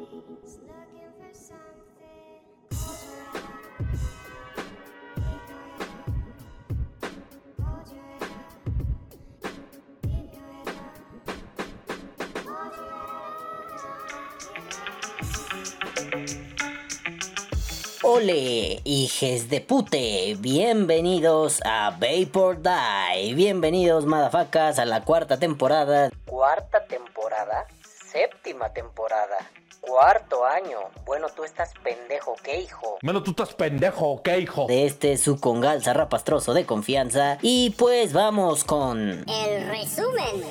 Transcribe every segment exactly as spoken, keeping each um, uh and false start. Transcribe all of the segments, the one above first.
Ole, hijes de pute, bienvenidos a Vapor Die, bienvenidos madafacas a la cuarta temporada. ¿Cuarta temporada? Séptima temporada. Cuarto año. Bueno, tú estás pendejo, ¿qué hijo? Bueno, tú estás pendejo, ¿qué hijo? De este su congal zarrapastroso de confianza. Y pues vamos con... el resumen.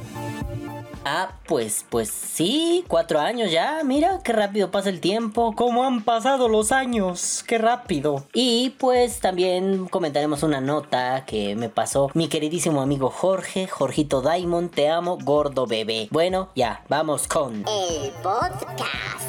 Ah, pues, pues sí, cuatro años ya, mira, qué rápido pasa el tiempo, cómo han pasado los años, qué rápido. Y pues también comentaremos una nota que me pasó mi queridísimo amigo Jorge, Jorgito Diamond, te amo, gordo bebé. Bueno, ya, vamos con... el podcast.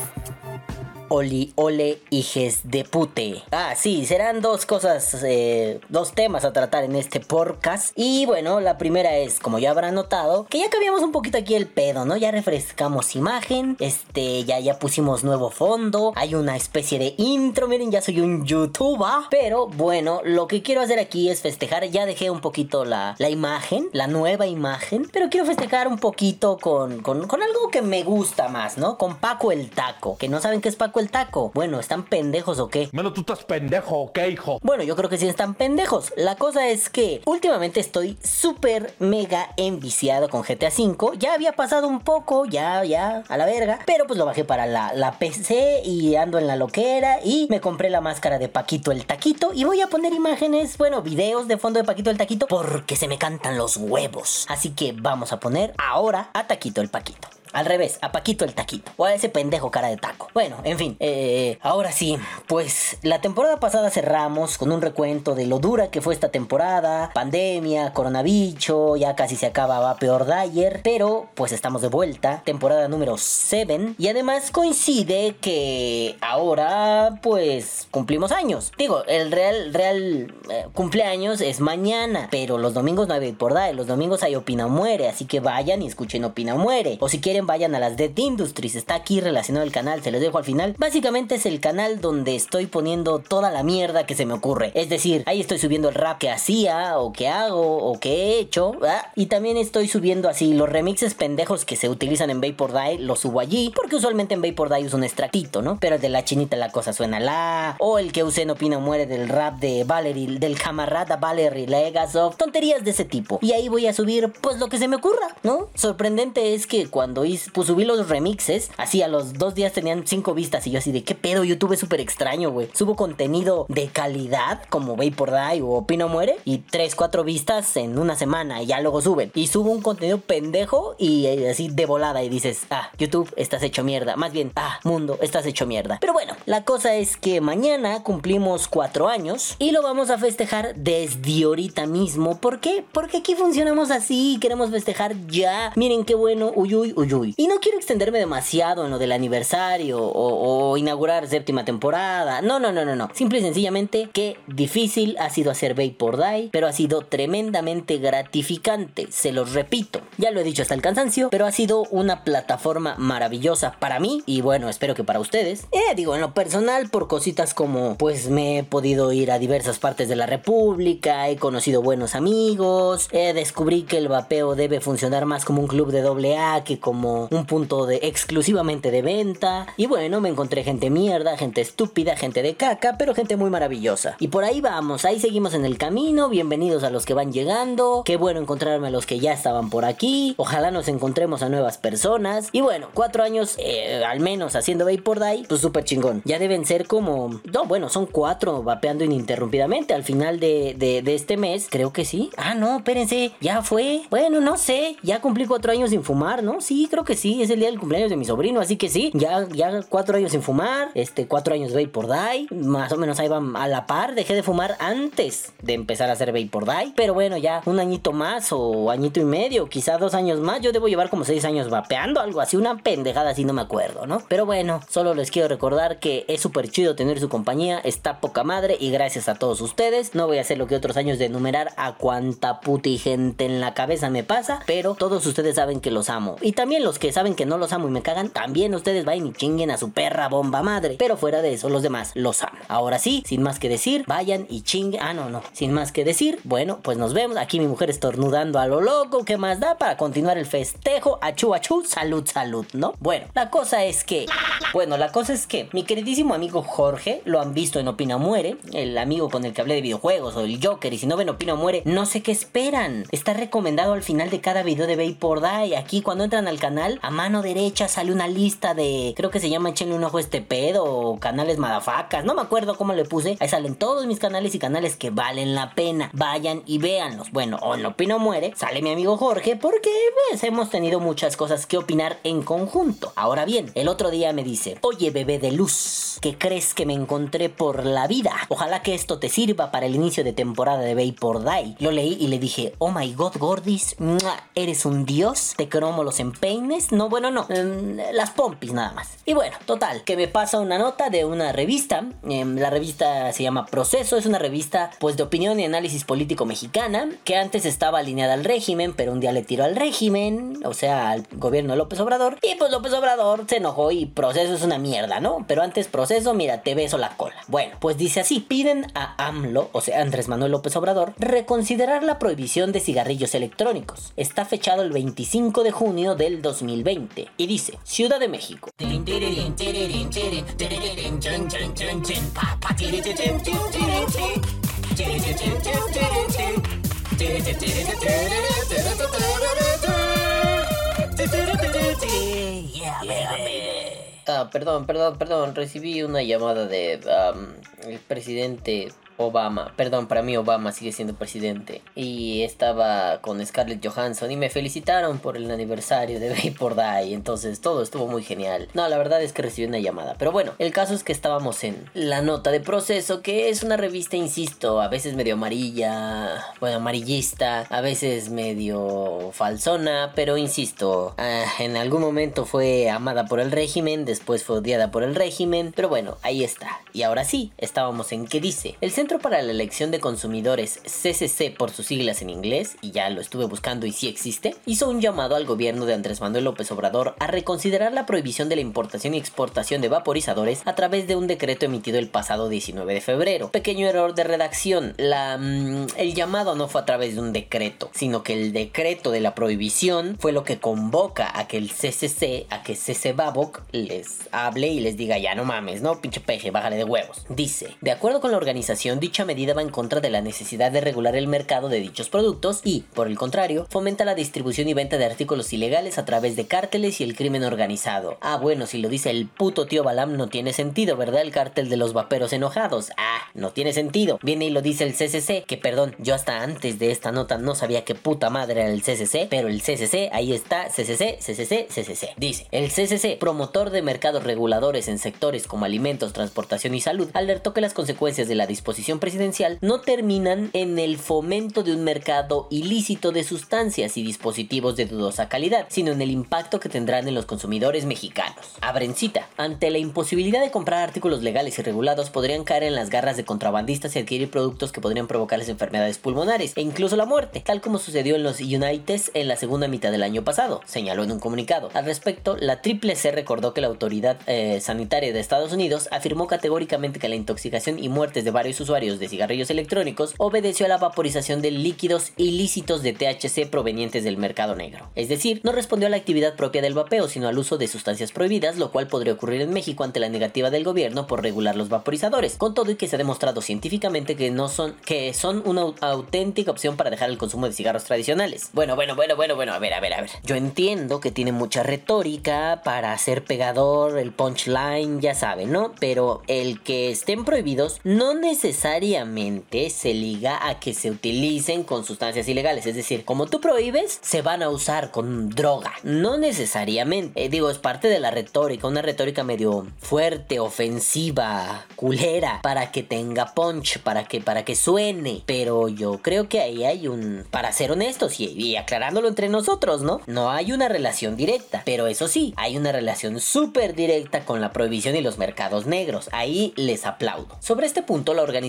Oli, ole, hijes de pute. Ah, sí, serán dos cosas, eh, dos temas a tratar en este podcast. Y bueno, la primera es, como ya habrán notado, que ya cambiamos un poquito aquí el pedo, ¿no? Ya refrescamos imagen, este, ya, ya pusimos nuevo fondo, hay una especie de intro, miren, ya soy un youtuber. Pero bueno, lo que quiero hacer aquí es festejar, ya dejé un poquito la, la imagen, la nueva imagen, pero quiero festejar un poquito con, con, con algo que me gusta más, ¿no? Con Paco el Taco, que no saben qué es Paco el Taco. Bueno, ¿están pendejos o qué? Bueno, tú estás pendejo, ¿qué hijo? Bueno, yo creo que sí están pendejos. La cosa es que últimamente estoy súper mega enviciado con G T A cinco. Ya había pasado un poco, ya, ya, a la verga. Pero pues lo bajé para la, la P C y ando en la loquera. Y me compré la máscara de Paquito el Taquito. Y voy a poner imágenes, bueno, videos de fondo de Paquito el Taquito, porque se me cantan los huevos. Así que vamos a poner ahora a Taquito el Paquito. Al revés, a Paquito el Taquito. O a ese pendejo cara de taco. Bueno, en fin. Eh, ahora sí, pues la temporada pasada cerramos con un recuento de lo dura que fue esta temporada. Pandemia, coronavirus, ya casi se acaba Vapor Dyer. Pero pues estamos de vuelta. Temporada número siete. Y además coincide que ahora pues cumplimos años. Digo, el real, real eh, cumpleaños es mañana. Pero los domingos no hay Vapor Dyer. Los domingos hay Opina o Muere. Así que vayan y escuchen Opina o Muere. O si quieren vayan a las Dead Industries, está aquí relacionado al canal, se los dejo al final. Básicamente es el canal donde estoy poniendo toda la mierda que se me ocurre. Es decir, ahí estoy subiendo el rap que hacía, o que hago, o que he hecho, ¿verdad? Y también estoy subiendo así los remixes pendejos que se utilizan en Vapor Die, los subo allí, porque usualmente en Vapor Die uso un extractito, ¿no? Pero el de la chinita la cosa suena la, o el que usé en Opina o Muere del rap de Valerie, del camarada Valerie Legasov, tonterías de ese tipo. Y ahí voy a subir pues lo que se me ocurra, ¿no? Sorprendente es que cuando pues subí los remixes, así a los dos días tenían cinco vistas y yo así de qué pedo, YouTube es súper extraño, güey. Subo contenido de calidad como Vapor Die o Opina o Muere y tres, cuatro vistas en una semana y ya luego suben. Y subo un contenido pendejo y eh, así de volada y dices, ah, YouTube, estás hecho mierda. Más bien, ah, mundo, estás hecho mierda. Pero bueno, la cosa es que mañana cumplimos cuatro años y lo vamos a festejar desde ahorita mismo. ¿Por qué? Porque aquí funcionamos así, queremos festejar ya. Miren qué bueno, uy, uy, uy, uy. Y no quiero extenderme demasiado en lo del aniversario o, o inaugurar séptima temporada. No, no, no, no, no. Simple y sencillamente qué difícil ha sido hacer Vapor Die, pero ha sido tremendamente gratificante. Se los repito. Ya lo he dicho hasta el cansancio, pero ha sido una plataforma maravillosa para mí y bueno, espero que para ustedes. Eh, digo, en lo personal, por cositas como, pues me he podido ir a diversas partes de la república, he conocido buenos amigos, eh, descubrí que el vapeo debe funcionar más como un club de doble A que como un punto de exclusivamente de venta. Y bueno, me encontré gente mierda, gente estúpida, gente de caca, pero gente muy maravillosa. Y por ahí vamos, ahí seguimos en el camino. Bienvenidos a los que van llegando. Qué bueno encontrarme a los que ya estaban por aquí. Ojalá nos encontremos a nuevas personas. Y bueno, cuatro años eh, al menos haciendo Vapor Die, pues súper chingón. Ya deben ser como... No, bueno, son cuatro vapeando ininterrumpidamente al final de, de, de este mes. Creo que sí. Ah, no, espérense, ya fue. Bueno, no sé, ya cumplí cuatro años sin fumar, ¿no? Sí, creo que sí, es el día del cumpleaños de mi sobrino, así que sí, ya, ya cuatro años sin fumar, este, cuatro años Vapor Die, más o menos ahí van a la par. Dejé de fumar antes de empezar a hacer Vapor Die, pero bueno, ya un añito más o añito y medio, quizá dos años más, yo debo llevar como seis años vapeando, algo así, una pendejada así, no me acuerdo, ¿no? Pero bueno, solo les quiero recordar que es súper chido tener su compañía, está poca madre y gracias a todos ustedes. No voy a hacer lo que otros años de enumerar a cuánta puti gente en la cabeza me pasa, pero todos ustedes saben que los amo. Y también también los que saben que no los amo y me cagan, también ustedes vayan y chinguen a su perra bomba madre. Pero fuera de eso, los demás los amo. Ahora sí, sin más que decir, vayan y chinguen. Ah, no, no. Sin más que decir, bueno, pues nos vemos. Aquí mi mujer estornudando a lo loco. ¿Qué más da para continuar el festejo? Achú, achú, salud, salud, ¿no? Bueno, la cosa es que... Bueno, la cosa es que mi queridísimo amigo Jorge, lo han visto en Opina o Muere, el amigo con el que hablé de videojuegos o el Joker, y si no ven Opina o Muere, no sé qué esperan. Está recomendado al final de cada video de Vapor Die. Aquí cuando entran al canal, a mano derecha sale una lista de, creo que se llama Échenle un ojo a este pedo, o canales madafacas, no me acuerdo cómo le puse. Ahí salen todos mis canales y canales que valen la pena. Vayan y véanlos. Bueno, o en Opina o Muere sale mi amigo Jorge, porque pues, hemos tenido muchas cosas que opinar en conjunto. Ahora bien, el otro día me dice: oye, bebé de luz, ¿qué crees que me encontré por la vida? Ojalá que esto te sirva para el inicio de temporada de Vapor Die. Lo leí y le dije: oh my god, Gordis, ¡mua! ¿Eres un dios? ¿Te cromo los empeines? No, bueno, no, um, las pompis nada más. Y bueno, total, que me pasa una nota de una revista. Um, la revista se llama Proceso, es una revista pues de opinión y análisis político mexicana, que antes estaba alineada al régimen, pero un día le tiró al régimen, o sea, al gobierno de López Obrador, y pues López Obrador se enojó y Proceso es una mierda, ¿no? Pero antes Proceso, mira, te beso la cola. Bueno, pues dice así: piden a AMLO, o sea, Andrés Manuel López Obrador, reconsiderar la prohibición de cigarrillos electrónicos. Está fechado el veinticinco de junio del dos mil veinte. Y dice: Ciudad de México. Ah, perdón, perdón, perdón. Recibí una llamada de um, el presidente Obama. Perdón, para mí Obama sigue siendo presidente. Y estaba con Scarlett Johansson y me felicitaron por el aniversario de Vapor Die. Entonces todo estuvo muy genial. No, la verdad es que recibí una llamada. Pero bueno, el caso es que estábamos en la nota de Proceso, que es una revista, insisto, a veces medio amarilla, bueno, amarillista, a veces medio falsona, pero insisto, ah, en algún momento fue amada por el régimen, después fue odiada por el régimen, pero bueno, ahí está. Y ahora sí, estábamos en que dice: el Centro para la Elección de Consumidores, C C C por sus siglas en inglés, y ya lo estuve buscando y sí existe, hizo un llamado al gobierno de Andrés Manuel López Obrador a reconsiderar la prohibición de la importación y exportación de vaporizadores a través de un decreto emitido el pasado diecinueve de febrero. Pequeño error de redacción, la, mmm, el llamado no fue a través de un decreto, sino que el decreto de la prohibición fue lo que convoca a que el C C C, a que C C Baboc les hable y les diga: ya no mames, ¿no? Pinche peje, bájale de huevos. Dice: de acuerdo con la organización, dicha medida va en contra de la necesidad de regular el mercado de dichos productos y, por el contrario, fomenta la distribución y venta de artículos ilegales a través de cárteles y el crimen organizado. Ah, bueno, si lo dice el puto tío Balam, no tiene sentido, ¿verdad? El cártel de los vaperos enojados. Ah, no tiene sentido. Viene y lo dice el C C C, que perdón, yo hasta antes de esta nota no sabía qué puta madre era el C C C, pero el C C C, ahí está, C C C, C C C, C C C. Dice: el C C C, promotor de mercados reguladores en sectores como alimentos, transportación y salud, alertó que las consecuencias de la disposición presidencial no terminan en el fomento de un mercado ilícito de sustancias y dispositivos de dudosa calidad, sino en el impacto que tendrán en los consumidores mexicanos. Abren cita: ante la imposibilidad de comprar artículos legales y regulados, podrían caer en las garras de contrabandistas y adquirir productos que podrían provocarles enfermedades pulmonares e incluso la muerte, tal como sucedió en los Unites en la segunda mitad del año pasado, señaló en un comunicado. Al respecto, la Triple C recordó que la autoridad eh, sanitaria de Estados Unidos afirmó categóricamente que la intoxicación y muertes de varios usuarios de cigarrillos electrónicos obedeció a la vaporización de líquidos ilícitos de T H C provenientes del mercado negro. Es decir, no respondió a la actividad propia del vapeo, sino al uso de sustancias prohibidas, lo cual podría ocurrir en México ante la negativa del gobierno por regular los vaporizadores, con todo y que se ha demostrado científicamente que no son, que son una auténtica opción para dejar el consumo de cigarros tradicionales. Bueno, bueno, bueno, bueno, bueno, a ver, a ver, a ver. Yo entiendo que tiene mucha retórica para hacer pegador, el punchline, ya saben, ¿no? Pero el que estén prohibidos no necesariamente se liga a que se utilicen con sustancias ilegales. Es decir, como tú prohíbes, se van a usar con droga. No necesariamente. Eh, digo, es parte de la retórica, una retórica medio fuerte, ofensiva, culera, para que tenga punch, para que, para que suene. Pero yo creo que ahí hay un... Para ser honestos y, y aclarándolo entre nosotros, ¿no? No hay una relación directa. Pero eso sí, hay una relación súper directa con la prohibición y los mercados negros. Ahí les aplaudo. Sobre este punto, la organización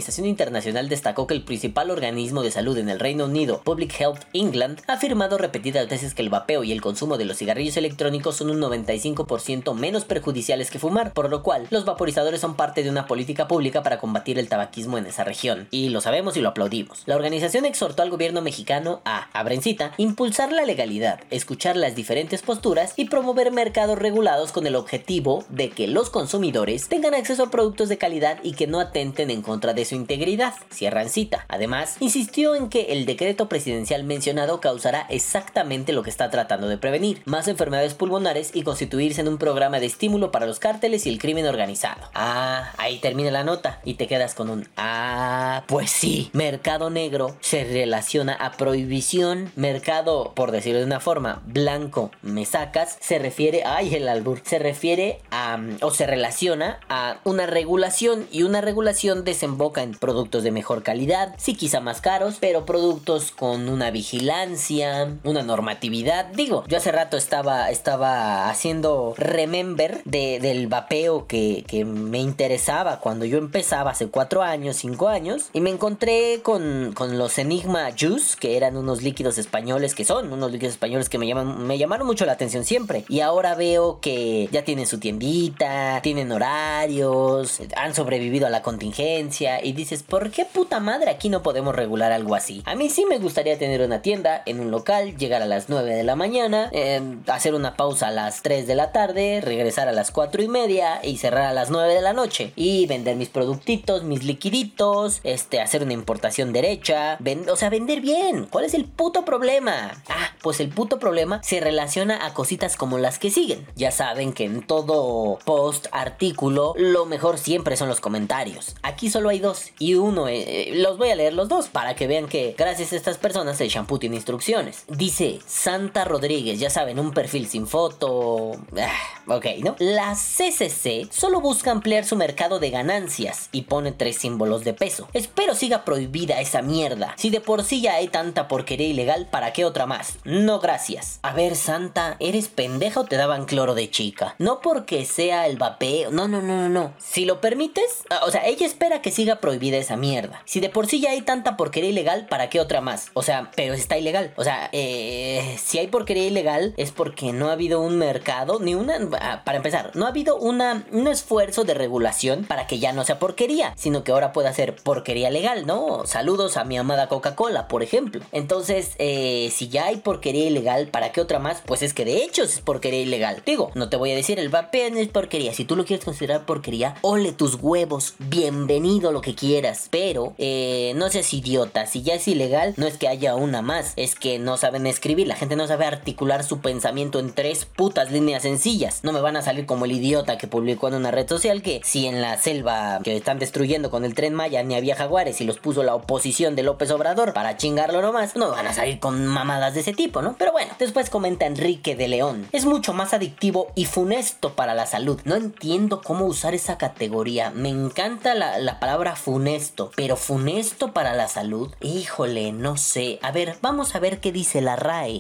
Organización Internacional destacó que el principal organismo de salud en el Reino Unido, Public Health England, ha afirmado repetidas veces que el vapeo y el consumo de los cigarrillos electrónicos son un noventa y cinco por ciento menos perjudiciales que fumar, por lo cual los vaporizadores son parte de una política pública para combatir el tabaquismo en esa región. Y lo sabemos y lo aplaudimos. La organización exhortó al gobierno mexicano a, abrencita, impulsar la legalidad, escuchar las diferentes posturas y promover mercados regulados con el objetivo de que los consumidores tengan acceso a productos de calidad y que no atenten en contra de su integridad. Cierran cita. Además, insistió en que el decreto presidencial mencionado causará exactamente lo que está tratando de prevenir: más enfermedades pulmonares y constituirse en un programa de estímulo para los cárteles y el crimen organizado. Ah, ahí termina la nota y te quedas con un ah, pues sí. Mercado negro se relaciona a prohibición. Mercado, por decirlo de una forma, blanco, me sacas, se refiere, ay el albur, se refiere a, o se relaciona a una regulación, y una regulación desemboca en productos de mejor calidad, sí quizá más caros, pero productos con una vigilancia, una normatividad. Digo, yo hace rato estaba, estaba haciendo remember de, del vapeo que, que me interesaba cuando yo empezaba hace cuatro años, cinco años, y me encontré con, con los Enigma Juice, que eran unos líquidos españoles, que son unos líquidos españoles que me, llaman, me llamaron mucho la atención siempre, y ahora veo que ya tienen su tiendita, tienen horarios, han sobrevivido a la contingencia, y dices, ¿por qué puta madre aquí no podemos regular algo así? A mí sí me gustaría tener una tienda en un local, llegar a las nueve de la mañana, eh, hacer una pausa a las tres de la tarde, regresar a las cuatro y media y cerrar a las nueve de la noche, y vender mis productitos, mis liquiditos, este, hacer una importación derecha, vend- o sea, vender bien. ¿Cuál es el puto problema? Ah, pues el puto problema se relaciona a cositas como las que siguen. Ya saben que en todo post, artículo, lo mejor siempre son los comentarios. Aquí solo hay dos, y uno, eh, los voy a leer los dos para que vean que gracias a estas personas el shampoo tiene instrucciones. Dice Santa Rodríguez, ya saben, un perfil sin foto. Ah, ok, ¿no? La C C C solo busca ampliar su mercado de ganancias y pone tres símbolos de peso. Espero siga prohibida esa mierda. Si de por sí ya hay tanta porquería ilegal, ¿para qué otra más? No, gracias. A ver, Santa, ¿eres pendeja o te daban cloro de chica? No porque sea el vapeo. No, no, no, no, no. Si lo permites, o sea, ella espera que siga prohibida esa mierda. Si de por sí ya hay tanta porquería ilegal, ¿para qué otra más? O sea, pero está ilegal. O sea, eh, si hay porquería ilegal es porque no ha habido un mercado, ni una... Para empezar, no ha habido una, un esfuerzo de regulación para que ya no sea porquería, sino que ahora pueda ser porquería legal, ¿no? Saludos a mi amada Coca-Cola, por ejemplo. Entonces, eh, si ya hay porquería ilegal, ¿para qué otra más? Pues es que de hecho es porquería ilegal. Digo, no te voy a decir el vapeo no es porquería. Si tú lo quieres considerar porquería, ole tus huevos, bienvenido lo que quieras. Pero, eh, no seas idiota. Si ya es ilegal, no es que haya una más, es que no saben escribir. La gente no sabe articular su pensamiento en tres putas líneas sencillas. No me van a salir como el idiota que publicó en una red social que si en la selva que están destruyendo con el Tren Maya ni había jaguares y los puso la oposición de López Obrador para chingarlo nomás, no van a salir con mamadas de ese tipo, ¿no? Pero bueno, después comenta Enrique de León: es mucho más adictivo y funesto para la salud. No entiendo cómo usar esa categoría. Me encanta la, la palabra funesto, pero funesto para la salud, híjole, no sé. A ver, vamos a ver qué dice la R A E.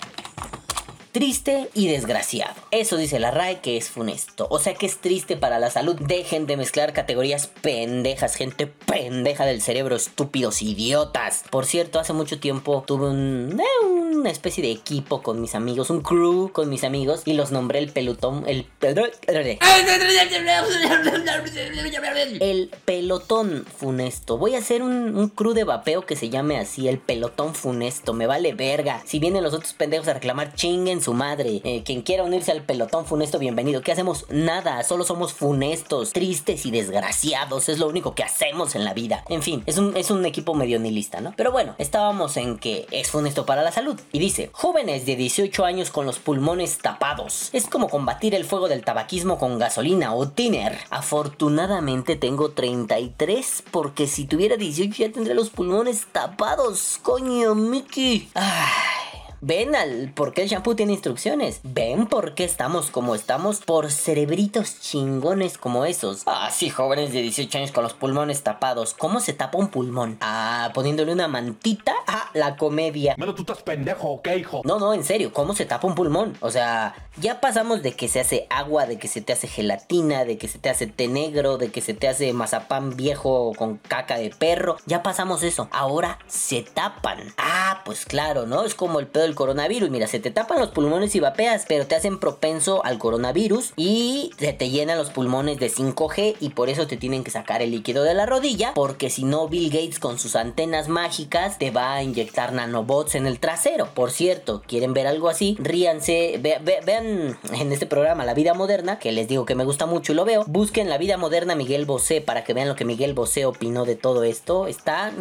Triste y desgraciado. Eso dice la R A E que es funesto. O sea que es triste para la salud. Dejen de mezclar categorías pendejas. Gente pendeja del cerebro. Estúpidos idiotas. Por cierto, hace mucho tiempo tuve un... Eh, una especie de equipo con mis amigos. Un crew con mis amigos. Y los nombré el pelotón... El... El pelotón funesto. Voy a hacer un, un crew de vapeo que se llame así. El pelotón funesto. Me vale verga. Si vienen los otros pendejos a reclamar, chinguen su madre. Eh, quien quiera unirse al pelotón funesto, bienvenido. ¿Qué hacemos? Nada, solo somos funestos, tristes y desgraciados. Es lo único que hacemos en la vida. En fin, es un, es un equipo medio nihilista, ¿no? Pero bueno, estábamos en que es funesto para la salud. Y dice: jóvenes de dieciocho años con los pulmones tapados. Es como combatir el fuego del tabaquismo con gasolina o tiner. Afortunadamente tengo treinta y tres, porque si tuviera dieciocho ya tendría los pulmones tapados. Coño, Mickey. Ay. ven al por qué el shampoo tiene instrucciones. Ven por qué estamos como estamos por cerebritos chingones como esos. Ah, sí, jóvenes de dieciocho años con los pulmones tapados. ¿Cómo se tapa un pulmón? Ah, poniéndole una mantita. Ah, la comedia. Mano, tú estás pendejo, ¿ok, hijo? No, no, en serio, ¿cómo se tapa un pulmón? O sea, ya pasamos de que se hace agua, de que se te hace gelatina, de que se te hace té negro, de que se te hace mazapán viejo con caca de perro. Ya pasamos eso. Ahora se tapan. Ah, pues claro, ¿no? Es como el pedo del coronavirus. Mira, se te tapan los pulmones y vapeas, pero te hacen propenso al coronavirus y se te llenan los pulmones de cinco G y por eso te tienen que sacar el líquido de la rodilla, porque si no Bill Gates con sus antenas mágicas te va a inyectar nanobots en el trasero. Por cierto, ¿quieren ver algo así? Ríanse, ve, ve, vean en este programa La Vida Moderna, que les digo que me gusta mucho y lo veo. Busquen La Vida Moderna Miguel Bosé para que vean lo que Miguel Bosé opinó de todo esto. Está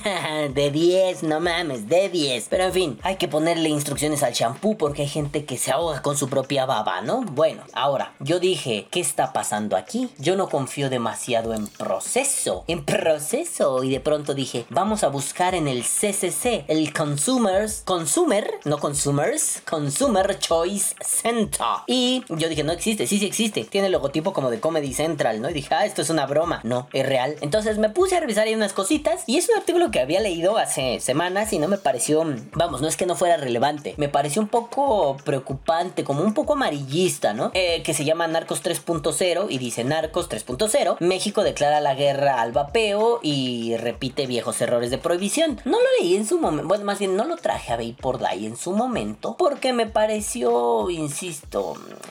de diez, no mames, de diez. Pero en fin, hay que ponerle instrucciones al shampoo porque hay gente que se ahoga con su propia baba, ¿no? Bueno, ahora, yo dije, ¿qué está pasando aquí? Yo no confío demasiado en proceso, en proceso. Y de pronto dije, vamos a buscar en el C C C, el Consumers, Consumer, no Consumers, Consumer Choice Center. Y yo dije, no existe, sí, sí existe. Tiene el logotipo como de Comedy Central, ¿no? Y dije, ah, esto es una broma. No, es real. Entonces me puse a revisar ahí unas cositas y es un artículo que había leído hace semanas y no me pareció, vamos, no es que no fuera relevante. Me pareció un poco preocupante, como un poco amarillista, ¿no? Eh, que se llama Narcos tres punto cero y dice Narcos tres punto cero. México declara la guerra al vapeo y repite viejos errores de prohibición. No lo leí en su momento, bueno, más bien no lo traje a Vaporday en su momento porque me pareció, insisto,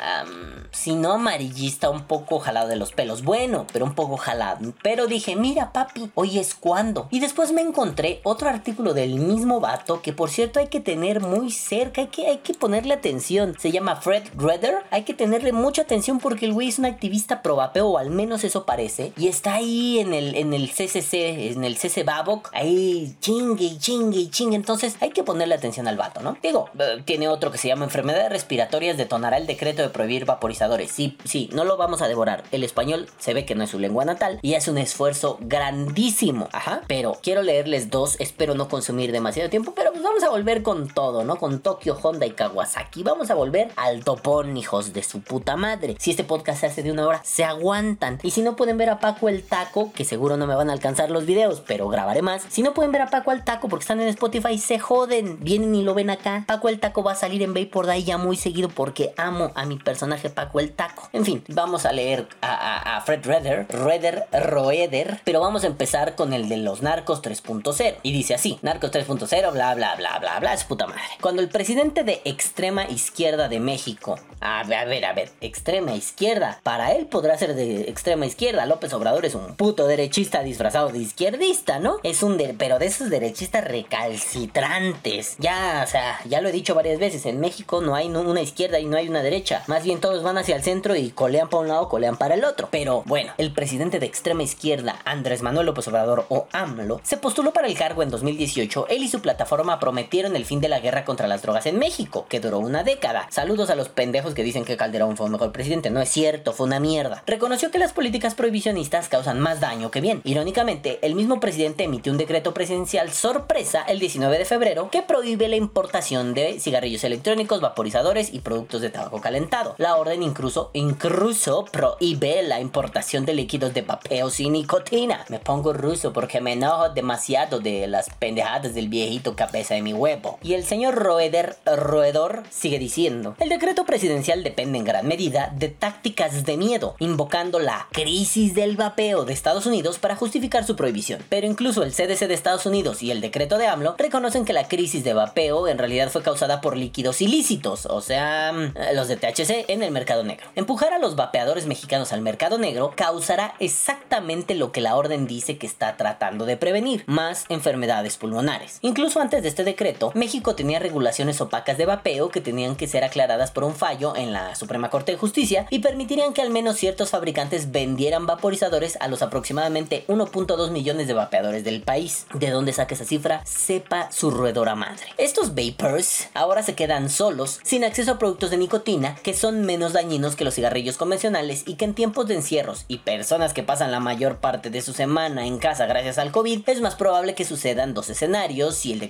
um, si no amarillista, un poco jalado de los pelos. Bueno, pero un poco jalado. Pero dije, mira papi, hoy es cuando. Y después me encontré otro artículo del mismo vato que por cierto hay que tener muy cerca, hay que, hay que ponerle atención. Se llama Fred Redder. Hay que tenerle mucha atención porque el güey es un activista pro vapeo, o al menos eso parece. Y está ahí en el, en el C C C, en el C C Baboc, ahí chingue y chingue y chingue. Entonces hay que ponerle atención al vato, ¿no? Digo, eh, tiene otro que se llama Enfermedades respiratorias detonará el decreto de prohibir vaporizadores. Sí, sí, no lo vamos a devorar. El español se ve que no es su lengua natal y es un esfuerzo grandísimo. Ajá, pero quiero leerles dos, espero no consumir demasiado tiempo, pero pues vamos a volver con todo, ¿no? Con Tokio, Honda y Kawasaki. Vamos a volver al topón, hijos de su puta madre. Si este podcast se hace de una hora, se aguantan. Y si no pueden ver a Paco el Taco, que seguro no me van a alcanzar los videos, pero grabaré más. Si no pueden ver a Paco el Taco porque están en Spotify, se joden. Vienen y lo ven acá. Paco el Taco va a salir en Vaporday ya muy seguido porque amo a mi personaje Paco el Taco. En fin, vamos a leer a, a, a Fred Redder, Redder, Roeder, pero vamos a empezar con el de los Narcos tres punto cero. Y dice así, Narcos tres punto cero, bla, bla, bla, bla, bla, es puta madre. Cuando el presidente de extrema izquierda de México, a ver, a ver, a ver, extrema izquierda, para él podrá ser de extrema izquierda. López Obrador es un puto derechista disfrazado de izquierdista, ¿no? Es un, de, pero de esos derechistas recalcitrantes. Ya, o sea, ya lo he dicho varias veces, en México no hay una izquierda y no hay una derecha. Más bien todos van hacia el centro y colean para un lado, colean para el otro. Pero bueno, el presidente de extrema izquierda, Andrés Manuel López Obrador o AMLO, se postuló para el cargo en dos mil dieciocho. Él y su plataforma prometieron el fin de la guerra contra las drogas en México, que duró una década. Saludos a los pendejos que dicen que Calderón fue un mejor presidente. No es cierto, fue una mierda. Reconoció que las políticas prohibicionistas causan más daño que bien. Irónicamente, el mismo presidente emitió un decreto presidencial sorpresa el diecinueve de febrero que prohíbe la importación de cigarrillos electrónicos, vaporizadores y productos de tabaco calentado. La orden incluso, incluso prohíbe la importación de líquidos de vapeo sin nicotina. Me pongo ruso porque me enojo demasiado de las pendejadas del viejito cabeza de mi huevo. Y el señor Roeder, Roedor sigue diciendo, el decreto presidencial depende en gran medida de tácticas de miedo, invocando la crisis del vapeo de Estados Unidos para justificar su prohibición. Pero incluso el C D C de Estados Unidos y el decreto de AMLO reconocen que la crisis de vapeo en realidad fue causada por líquidos ilícitos, o sea, los de T H C en el mercado negro. Empujar a los vapeadores mexicanos al mercado negro causará exactamente lo que la orden dice que está tratando de prevenir, más enfermedades pulmonares. Incluso antes de este decreto, México tenía regulaciones opacas de vapeo que tenían que ser aclaradas por un fallo en la Suprema Corte de Justicia y permitirían que al menos ciertos fabricantes vendieran vaporizadores a los aproximadamente uno punto dos millones de vapeadores del país. ¿De dónde saca esa cifra? Sepa su roedora madre. Estos vapers ahora se quedan solos, sin acceso a productos de nicotina que son menos dañinos que los cigarrillos convencionales y que en tiempos de encierros y personas que pasan la mayor parte de su semana en casa gracias al COVID, es más probable que sucedan dos escenarios si el decreto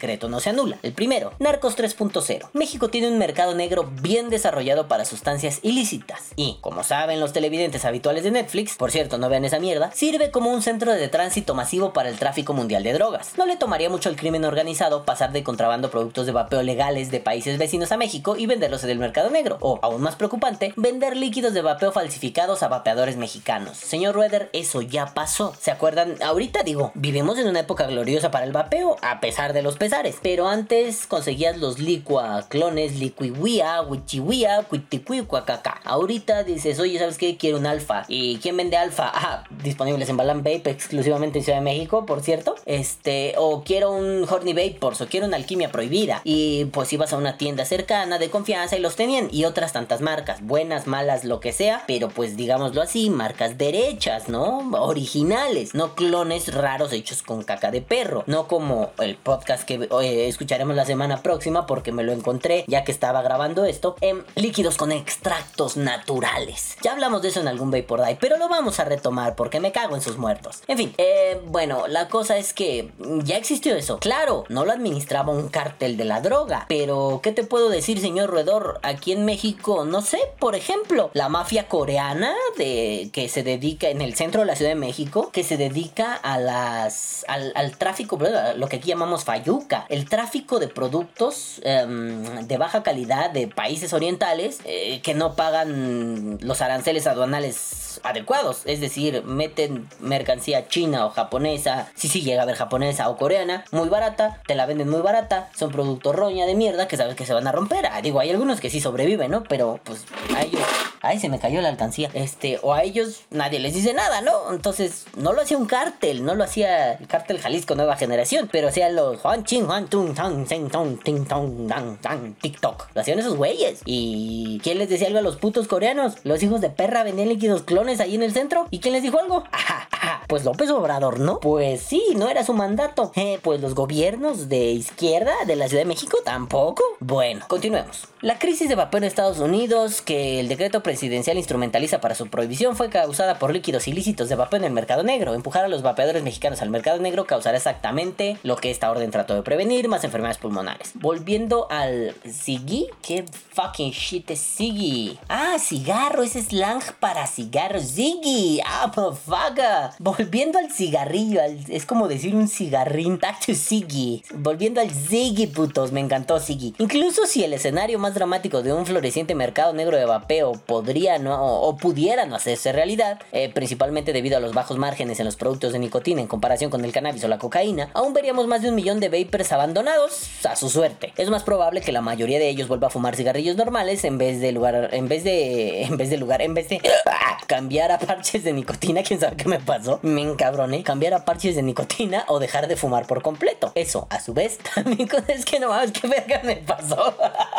decreto no se anula. El primero, Narcos tres punto cero. México tiene un mercado negro bien desarrollado para sustancias ilícitas y, como saben los televidentes habituales de Netflix, por cierto, no vean esa mierda, sirve como un centro de tránsito masivo para el tráfico mundial de drogas. No le tomaría mucho al crimen organizado pasar de contrabando productos de vapeo legales de países vecinos a México y venderlos en el mercado negro, o, aún más preocupante, vender líquidos de vapeo falsificados a vapeadores mexicanos. Señor Rueder, eso ya pasó. ¿Se acuerdan? Ahorita digo, vivimos en una época gloriosa para el vapeo, a pesar de los pesares, pero antes conseguías los licua clones, liquiwia, wichiwia, cuiticuicuacaca. Ahorita dices, oye, ¿sabes qué? Quiero un alfa. ¿Y quién vende alfa? Ah, disponibles en Balam Vape, exclusivamente en Ciudad de México, por cierto. Este, o quiero un Horny Vapors, o quiero una alquimia prohibida. Y pues ibas a una tienda cercana de confianza y los tenían. Y otras tantas marcas, buenas, malas, lo que sea, pero pues digámoslo así, marcas derechas, ¿no? Originales, no clones raros hechos con caca de perro. No como el podcast que eh, escucharemos la semana próxima, porque me lo encontré ya que estaba grabando esto, en líquidos con extractos naturales. Ya hablamos de eso en algún Vapor Day, pero lo vamos a retomar porque me cago en sus muertos. En fin, eh, bueno, la cosa es que ya existió eso. Claro, no lo administraba un cártel de la droga, pero ¿qué te puedo decir, señor Roedor? Aquí en México, no sé, por ejemplo, la mafia coreana de que se dedica en el centro de la Ciudad de México, que se dedica a las al, al tráfico, lo que aquí llamamos fayuca, el tráfico de productos um, de baja calidad de países orientales eh, que no pagan los aranceles aduanales adecuados, es decir, meten mercancía china o japonesa, si sí, sí llega a ver japonesa o coreana, muy barata, te la venden muy barata, son productos roña de mierda que sabes que se van a romper. Ah, digo, hay algunos que sí sobreviven, ¿no? Pero pues a ellos, ay, se me cayó la alcancía, este, o a ellos nadie les dice nada, ¿no? Entonces, no lo hacía un cártel, no lo hacía el cártel Jalisco Nueva Generación, pero hacían los Juan Chin, Juan Tung, Tang, Seng, Tong, Ting, Tong, Dang, Dang, TikTok, lo hacían esos güeyes. ¿Y quién les decía algo a los putos coreanos? Los hijos de perra vendían líquidos clones ahí en el centro. ¿Y quién les dijo algo? Ajá, ajá, pues López Obrador, ¿no? Pues sí, no era su mandato. Eh, pues los gobiernos de izquierda de la Ciudad de México tampoco. Bueno, continuemos. La crisis de vapeo en Estados Unidos, que el decreto presidencial instrumentaliza para su prohibición, fue causada por líquidos ilícitos de vapeo en el mercado negro. Empujar a los vapeadores mexicanos al mercado negro causará exactamente lo que esta orden trató de prevenir, más enfermedades pulmonares. Volviendo al Ziggy, ¿qué fucking shit es Ziggy? Ah, cigarro, es slang para cigarro. Ziggy, ah, motherfucker. Volviendo al cigarrillo, al, es como decir un cigarrín. Back to Ziggy. Volviendo al Ziggy, putos, me encantó Ziggy. Incluso si el escenario más dramático de un floreciente mercado negro de vapeo podría no, o, o pudiera no hacerse realidad, eh, principalmente debido a los bajos márgenes en los productos de nicotina en comparación con el cannabis o la cocaína, aún veríamos más de un millón de vapers abandonados a su suerte. Es más probable que la mayoría de ellos vuelva a fumar cigarrillos normales en vez de lugar, en vez de, en vez de lugar, en vez de cambiar a parches de nicotina. ¿Quién sabe qué me pasó? Me encabroné. Cambiar a parches de nicotina o dejar de fumar por completo. Eso, a su vez, también es que no mames, qué verga me pasó.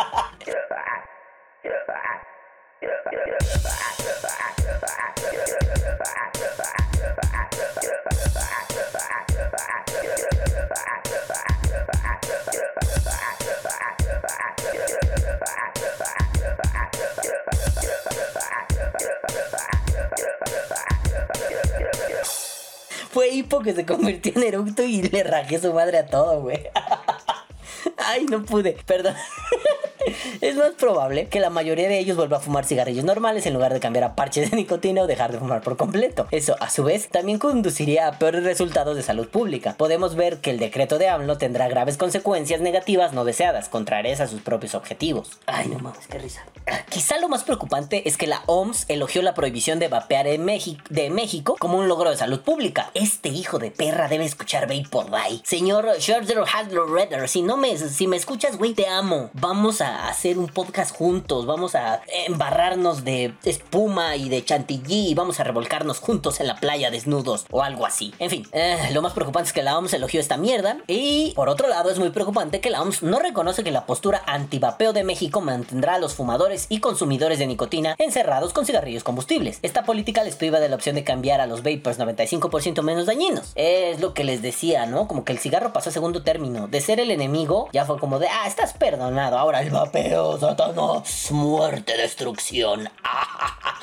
Fue Hipo que se convirtió en eructo y le rajé su madre a todo, güey. Ay, no pude, perdón. Es más probable que la mayoría de ellos vuelva a fumar cigarrillos normales en lugar de cambiar a parches de nicotina o dejar de fumar por completo. Eso, a su vez, también conduciría a peores resultados de salud pública. Podemos ver que el decreto de AMLO tendrá graves consecuencias negativas no deseadas, contrarias a sus propios objetivos. Ay, no mames, qué risa. Quizá lo más preocupante es que la O M S elogió la prohibición de vapear en México, de México como un logro de salud pública. Este hijo de perra debe escuchar Vapor Day. Señor Scherzer Hadler Redder, si no me, si me escuchas, güey, te amo. Vamos a hacer un podcast juntos, vamos a embarrarnos de espuma y de chantilly y vamos a revolcarnos juntos en la playa desnudos o algo así. En fin, eh, lo más preocupante es que la O M S elogió esta mierda y por otro lado es muy preocupante que la O M S no reconoce que la postura antivapeo de México mantendrá a los fumadores y consumidores de nicotina encerrados con cigarrillos combustibles. Esta política les priva de la opción de cambiar a los vapers noventa y cinco por ciento menos dañinos. Es lo que les decía, ¿no? Como que el cigarro pasó a segundo término. De ser el enemigo, ya fue como de, ah, estás perdonado, ahora el vapeo, Satanás, muerte, destrucción.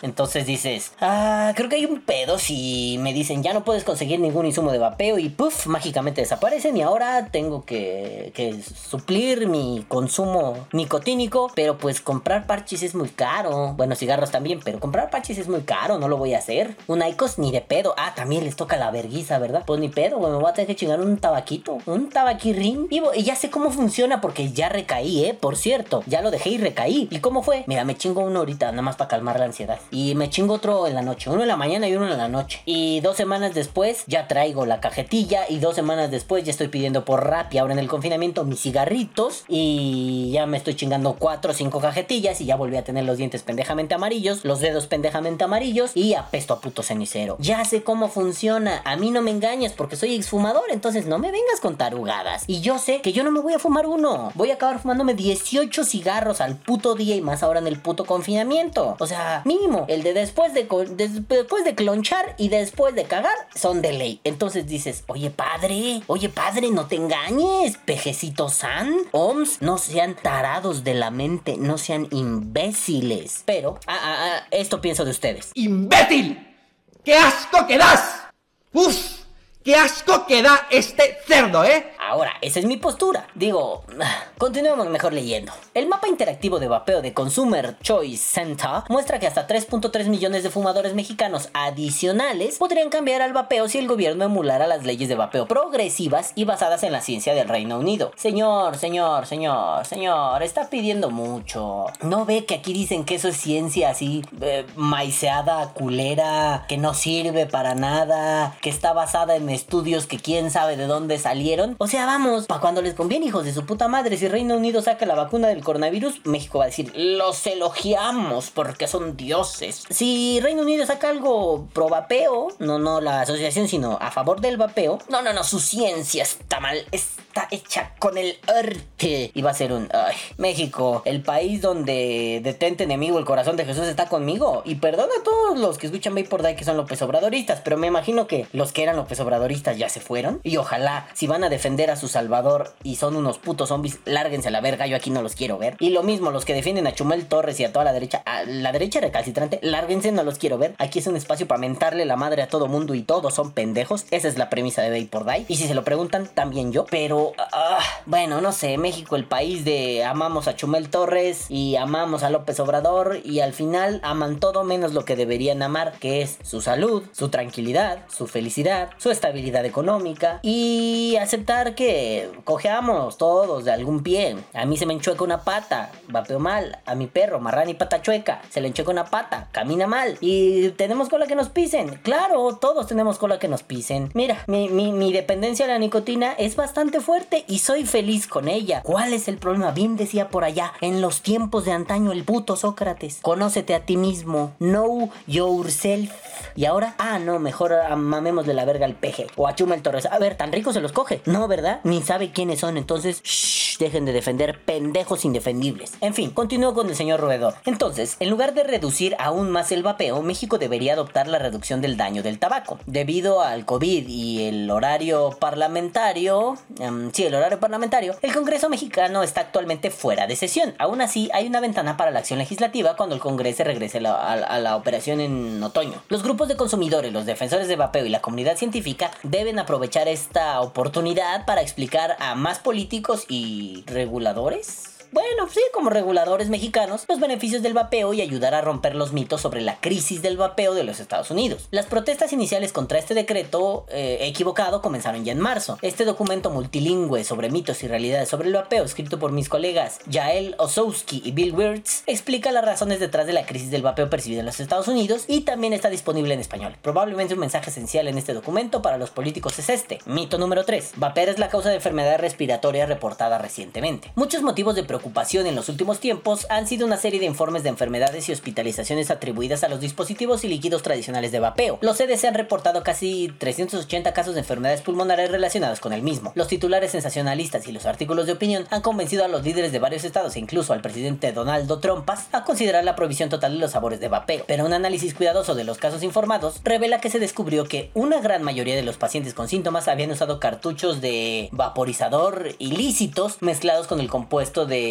Entonces dices, ah, creo que hay un pedo si me dicen ya no puedes conseguir ningún insumo de vapeo y puff, mágicamente desaparecen y ahora tengo que, que suplir mi consumo nicotínico, pero pues comprar parches es muy caro. Bueno, cigarros también, pero comprar parches es muy caro, no lo voy a hacer. Un Icos ni de pedo. Ah, también les toca la verguiza, ¿verdad? Pues ni pedo, güey, me voy a tener que chingar un tabaquito, un tabaquirrín. Y, y ya sé cómo funciona porque ya recaí, ¿eh? Por cierto, ya lo dejé y recaí. ¿Y cómo fue? Mira, me chingo uno ahorita, nada más para calmar la ansiedad. Y me chingo otro en la noche, uno en la mañana y uno en la noche. Y dos semanas después ya traigo la cajetilla y dos semanas después ya estoy pidiendo por Rappi ahora en el confinamiento mis cigarritos y ya me estoy chingando cuatro o cinco cajetillas y ya volví a tener los dientes pendejamente amarillos, los dedos pendejamente amarillos y apesto a puto cenicero. Ya sé cómo funciona. A mí no me engañas porque soy exfumador, entonces no me vengas con tarugadas. Y yo sé que yo no me voy a fumar uno. Voy a acabar fumándome dieciocho cigarros al puto día y más ahora en el puto confinamiento. O sea, mínimo, el de después de, de después de clonchar y después de cagar son de ley. Entonces dices, oye padre, oye padre, no te engañes, pejecito san. Oms, no sean tarados de la mente, no sean imbéciles. Pero, ah, ah, ah, esto pienso de ustedes. ¡Imbécil! ¡Qué asco que das! ¡Uf! ¡Qué asco que da este cerdo, eh! Ahora, esa es mi postura. Digo, continuemos mejor leyendo. El mapa interactivo de vapeo de Consumer Choice Center muestra que hasta tres punto tres millones de fumadores mexicanos adicionales podrían cambiar al vapeo si el gobierno emulara las leyes de vapeo progresivas y basadas en la ciencia del Reino Unido. Señor, señor, señor, señor, está pidiendo mucho. ¿No ve que aquí dicen que eso es ciencia así, eh, maiceada, culera, que no sirve para nada, que está basada en estudios que quién sabe de dónde salieron? O sea, vamos, para cuando les conviene, hijos de su puta madre. Si Reino Unido saca la vacuna del coronavirus, México va a decir, los elogiamos porque son dioses. Si Reino Unido saca algo pro vapeo, no, no la asociación, sino a favor del vapeo, no, no, no, su ciencia está mal, está hecha con el arte. Y va a ser un, ay, México, el país donde detente enemigo, el corazón de Jesús está conmigo. Y perdona a todos los que escuchan Vapor Day que son López Obradoristas, pero me imagino que los que eran López Obradoristas ya se fueron. Y ojalá, si van a defender a su salvador y son unos putos zombies, lárguense a la verga, yo aquí no los quiero ver. Y lo mismo, los que defienden a Chumel Torres y a toda la derecha, a la derecha recalcitrante, lárguense, no los quiero ver. Aquí es un espacio para mentarle la madre a todo mundo y todos son pendejos. Esa es la premisa de Vapor Day. Y si se lo preguntan, también yo. Pero, uh, bueno, no sé, México, el país de amamos a Chumel Torres y amamos a López Obrador y al final aman todo menos lo que deberían amar, que es su salud, su tranquilidad, su felicidad, su estabilidad económica y aceptar que cojeamos todos de algún pie. A mí se me enchueca una pata, vapeo mal. A mi perro, marrana y pata chueca, se le enchueca una pata, camina mal. Y tenemos cola que nos pisen. Claro, todos tenemos cola que nos pisen. Mira, mi, mi, mi dependencia a la nicotina es bastante fuerte y soy feliz con ella. ¿Cuál es el problema? Bien decía por allá, en los tiempos de antaño el puto Sócrates. Conócete a ti mismo. Know yourself. Y ahora, ah, no, mejor mamemos de la verga al peje. O a Chumel Torres. A ver, tan rico se los coge. No, ¿verdad? Ni sabe quiénes son. Entonces, shh, dejen de defender pendejos indefendibles. En fin, continúo con el señor roedor. Entonces, en lugar de reducir aún más el vapeo, México debería adoptar la reducción del daño del tabaco. Debido al COVID y el horario parlamentario, um, sí, el horario parlamentario, el Congreso mexicano está actualmente fuera de sesión. Aún así, hay una ventana para la acción legislativa cuando el Congreso regrese a la, a, a la operación en otoño. Los grupos de consumidores, los defensores de vapeo y la comunidad científica deben aprovechar esta oportunidad para explicar a más políticos y reguladores, bueno, sí, como reguladores mexicanos, los beneficios del vapeo y ayudar a romper los mitos sobre la crisis del vapeo de los Estados Unidos. Las protestas iniciales contra este decreto eh, equivocado comenzaron ya en marzo. Este documento multilingüe sobre mitos y realidades sobre el vapeo, escrito por mis colegas Yael Osowski y Bill Wirtz, explica las razones detrás de la crisis del vapeo percibida en los Estados Unidos y también está disponible en español. Probablemente un mensaje esencial en este documento para los políticos es este. Mito número tres. Vapear es la causa de enfermedad respiratoria reportada recientemente. Muchos motivos de preocupación en los últimos tiempos han sido una serie de informes de enfermedades y hospitalizaciones atribuidas a los dispositivos y líquidos tradicionales de vapeo. Los C D C han reportado casi trescientos ochenta casos de enfermedades pulmonares relacionadas con el mismo. Los titulares sensacionalistas y los artículos de opinión han convencido a los líderes de varios estados e incluso al presidente Donaldo Trumpas a considerar la prohibición total de los sabores de vapeo. Pero un análisis cuidadoso de los casos informados revela que se descubrió que una gran mayoría de los pacientes con síntomas habían usado cartuchos de vaporizador ilícitos mezclados con el compuesto de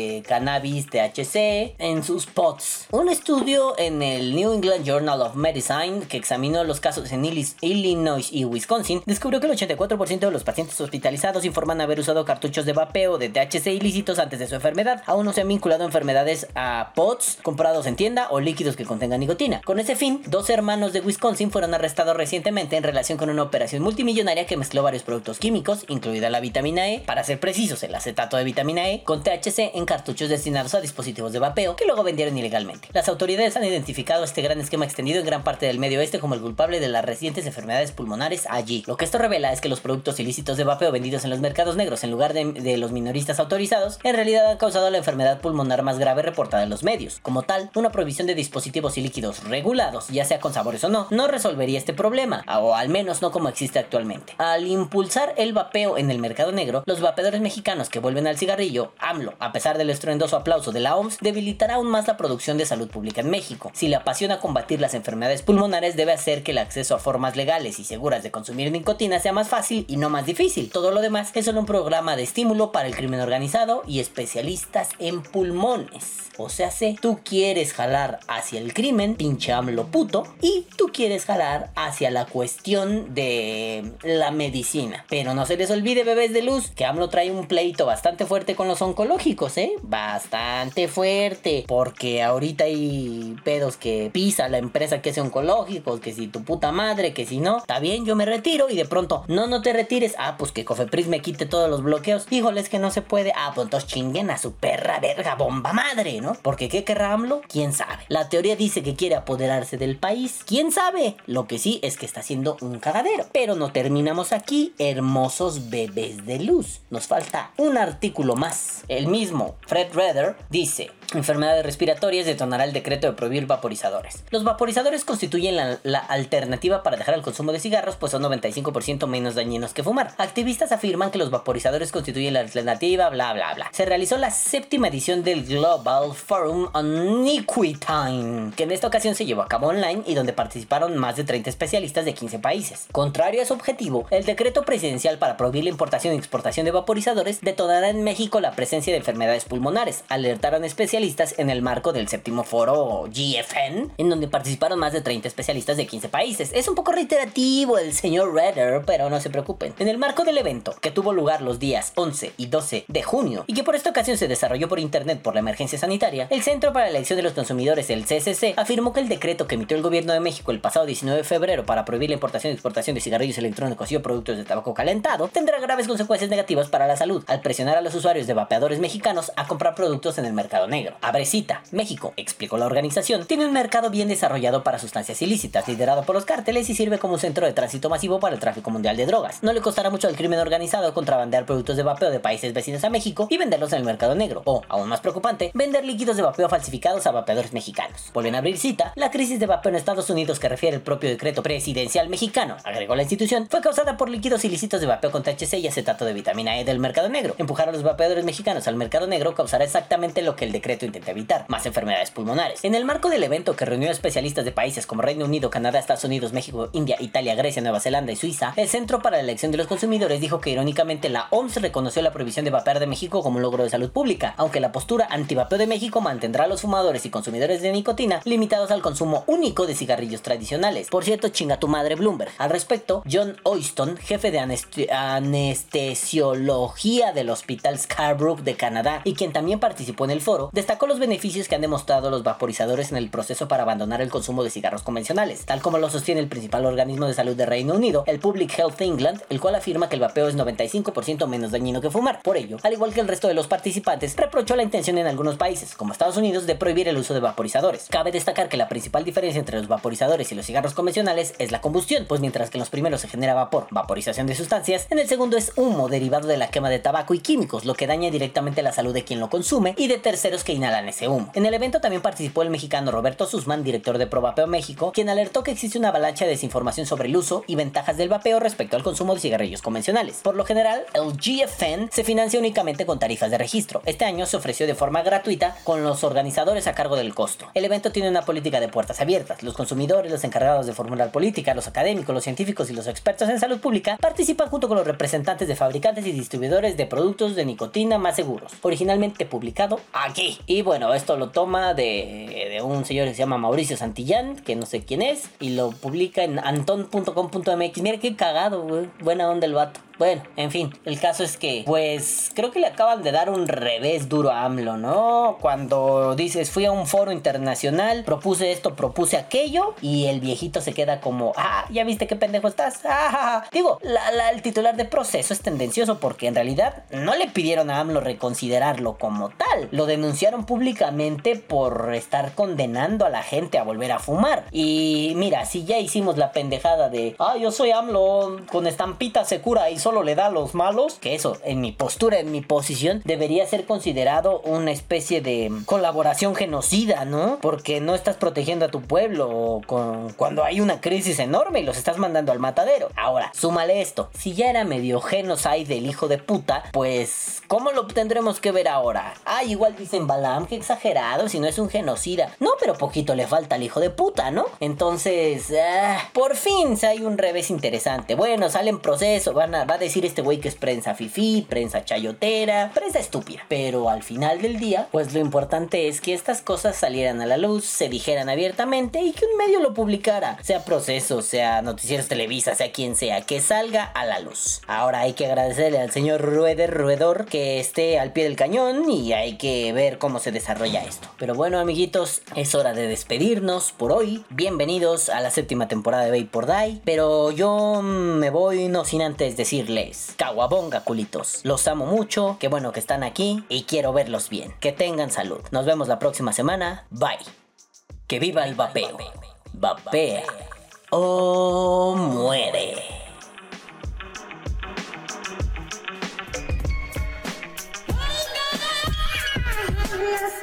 de cannabis T H C en sus pods. Un estudio en el New England Journal of Medicine que examinó los casos en Illinois y Wisconsin descubrió que el ochenta y cuatro por ciento de los pacientes hospitalizados informan haber usado cartuchos de vapeo de T H C ilícitos antes de su enfermedad. Aún no se han vinculado enfermedades a pods comprados en tienda o líquidos que contengan nicotina. Con ese fin, dos hermanos de Wisconsin fueron arrestados recientemente en relación con una operación multimillonaria que mezcló varios productos químicos, incluida la vitamina E, para ser precisos, el acetato de vitamina E, con T H C en cartuchos destinados a dispositivos de vapeo que luego vendieron ilegalmente. Las autoridades han identificado este gran esquema extendido en gran parte del Medio Oeste como el culpable de las recientes enfermedades pulmonares allí. Lo que esto revela es que los productos ilícitos de vapeo vendidos en los mercados negros en lugar de, de los minoristas autorizados en realidad han causado la enfermedad pulmonar más grave reportada en los medios. Como tal, una provisión de dispositivos y líquidos regulados, ya sea con sabores o no, no resolvería este problema, o al menos no como existe actualmente. Al impulsar el vapeo en el mercado negro, los vapeadores mexicanos que vuelven al cigarrillo, AMLO, a pesar del estruendoso aplauso de la O M S, debilitará aún más la producción de salud pública en México. Si le apasiona combatir las enfermedades pulmonares, debe hacer que el acceso a formas legales y seguras de consumir nicotina sea más fácil y no más difícil. Todo lo demás es solo un programa de estímulo para el crimen organizado y especialistas en pulmones. O sea, sé, tú quieres jalar hacia el crimen, pinche AMLO puto, y tú quieres jalar hacia la cuestión de la medicina. Pero no se les olvide, bebés de luz, que AMLO trae un pleito bastante fuerte con los oncológicos, ¿eh? Bastante fuerte, porque ahorita hay pedos que pisa la empresa que hace oncológicos, que si tu puta madre, que si no, está bien, yo me retiro, y de pronto, no, no te retires, ah, pues que Cofepris me quite todos los bloqueos, híjole, es que no se puede, ah, pues entonces chinguen a su perra verga bomba madre, ¿no? Porque ¿qué querrá AMLO? ¿Quién sabe? La teoría dice que quiere apoderarse del país, ¿quién sabe? Lo que sí es que está haciendo un cagadero. Pero no terminamos aquí, hermosos bebés de luz. Nos falta un artículo más. El mismo Fred Redder dice: enfermedades respiratorias detonará el decreto de prohibir vaporizadores. Los vaporizadores constituyen la, la alternativa para dejar el consumo de cigarros, pues son noventa y cinco por ciento menos dañinos que fumar. Activistas afirman que los vaporizadores constituyen la alternativa, bla bla bla. Se realizó la séptima edición del Global Forum on Nicotine, que en esta ocasión se llevó a cabo online y donde participaron más de treinta especialistas de quince países. Contrario a su objetivo, el decreto presidencial para prohibir la importación y exportación de vaporizadores detonará en México la presencia de enfermedades pulmonares, alertaron especialistas en el marco del séptimo foro G F N, en donde participaron más de treinta especialistas de quince países. Es un poco reiterativo el señor Redder, pero no se preocupen. En el marco del evento, que tuvo lugar los días once y doce de junio, y que por esta ocasión se desarrolló por internet por la emergencia sanitaria, el Centro para la Elección de los Consumidores, el C C C, afirmó que el decreto que emitió el gobierno de México el pasado diecinueve de febrero para prohibir la importación y exportación de cigarrillos electrónicos y o productos de tabaco calentado tendrá graves consecuencias negativas para la salud, al presionar a los usuarios de vapeadores mexicanos a comprar productos en el mercado negro. Abre cita: México, explicó la organización, tiene un mercado bien desarrollado para sustancias ilícitas, liderado por los cárteles y sirve como un centro de tránsito masivo para el tráfico mundial de drogas. No le costará mucho al crimen organizado contrabandear productos de vapeo de países vecinos a México y venderlos en el mercado negro, o, aún más preocupante, vender líquidos de vapeo falsificados a vapeadores mexicanos. Vuelven a abrir cita: la crisis de vapeo en Estados Unidos que refiere el propio decreto presidencial mexicano, agregó la institución, fue causada por líquidos ilícitos de vapeo con T H C y acetato de vitamina E del mercado negro. Empujar a los vapeadores mexicanos al mercado negro causará exactamente lo que el decreto intenta evitar: más enfermedades pulmonares. En el marco del evento, que reunió especialistas de países como Reino Unido, Canadá, Estados Unidos, México, India, Italia, Grecia, Nueva Zelanda y Suiza, el Centro para la Elección de los Consumidores dijo que irónicamente la O M S reconoció la prohibición de vapear de México como un logro de salud pública, aunque la postura antivapeo de México mantendrá a los fumadores y consumidores de nicotina limitados al consumo único de cigarrillos tradicionales. Por cierto, chinga tu madre Bloomberg. Al respecto, John Oyston, jefe de anest- anestesiología del Hospital Scarborough de Canadá y quien también participó en el foro, destacó los beneficios que han demostrado los vaporizadores en el proceso para abandonar el consumo de cigarros convencionales, tal como lo sostiene el principal organismo de salud de Reino Unido, el Public Health England, el cual afirma que el vapeo es noventa y cinco por ciento menos dañino que fumar. Por ello, al igual que el resto de los participantes, reprochó la intención en algunos países, como Estados Unidos, de prohibir el uso de vaporizadores. Cabe destacar que la principal diferencia entre los vaporizadores y los cigarros convencionales es la combustión, pues mientras que en los primeros se genera vapor, vaporización de sustancias, en el segundo es humo derivado de la quema de tabaco y químicos, lo que daña directamente la salud de quien lo consume y de terceros que inhalan ese humo. En el evento también participó el mexicano Roberto Sussman, director de ProVapeo México, quien alertó que existe una avalancha de desinformación sobre el uso y ventajas del vapeo respecto al consumo de cigarrillos convencionales. Por lo general, el G F N se financia únicamente con tarifas de registro. Este año se ofreció de forma gratuita, con los organizadores a cargo del costo. El evento tiene una política de puertas abiertas. Los consumidores, los encargados de formular política, los académicos, los científicos y los expertos en salud pública participan junto con los representantes de fabricantes y distribuidores de productos de nicotina más seguros. Originalmente finalmente publicado aquí. Y bueno, esto lo toma de, de un señor que se llama Mauricio Santillán, que no sé quién es, y lo publica en anton punto com punto m x. Mira qué cagado, güey. Buena onda el vato. Bueno, en fin, el caso es que, pues, creo que le acaban de dar un revés duro a AMLO, ¿no? Cuando dices, fui a un foro internacional, propuse esto, propuse aquello, y el viejito se queda como, ah, ¿ya viste qué pendejo estás? Ah, digo, la, la, el titular de Proceso es tendencioso porque en realidad no le pidieron a AMLO reconsiderarlo como tal. Lo denunciaron públicamente por estar condenando a la gente a volver a fumar. Y mira, si ya hicimos la pendejada de, ah, yo soy AMLO, con estampita se cura y solo le da a los malos, que eso, en mi postura, en mi posición, debería ser considerado una especie de colaboración genocida, ¿no? Porque no estás protegiendo a tu pueblo con, cuando hay una crisis enorme y los estás mandando al matadero. Ahora, súmale esto, si ya era medio genocide el hijo de puta, pues, ¿cómo lo tendremos que ver ahora? Ah, igual dicen, Balam, qué exagerado, si no es un genocida. No, pero poquito le falta al hijo de puta, ¿no? Entonces, ah, por fin hay un revés interesante. Bueno, sale en Proceso, van a, va a decir este güey que es prensa fifí, prensa chayotera, prensa estúpida. Pero al final del día, pues lo importante es que estas cosas salieran a la luz, se dijeran abiertamente y que un medio lo publicara. Sea Proceso, sea Noticieros Televisa, sea quien sea, que salga a la luz. Ahora hay que agradecerle al señor Rueder Ruedor que esté al pie del cañón y hay que ver cómo se desarrolla esto. Pero bueno, amiguitos, es hora de despedirnos por hoy. Bienvenidos a la séptima temporada de Vapor Die. Pero yo me voy no sin antes decirles Caguabonga, culitos. Los amo mucho, qué bueno que están aquí y quiero verlos bien. Que tengan salud. Nos vemos la próxima semana. Bye. Que viva el vapeo. Vapea o muere. Yes.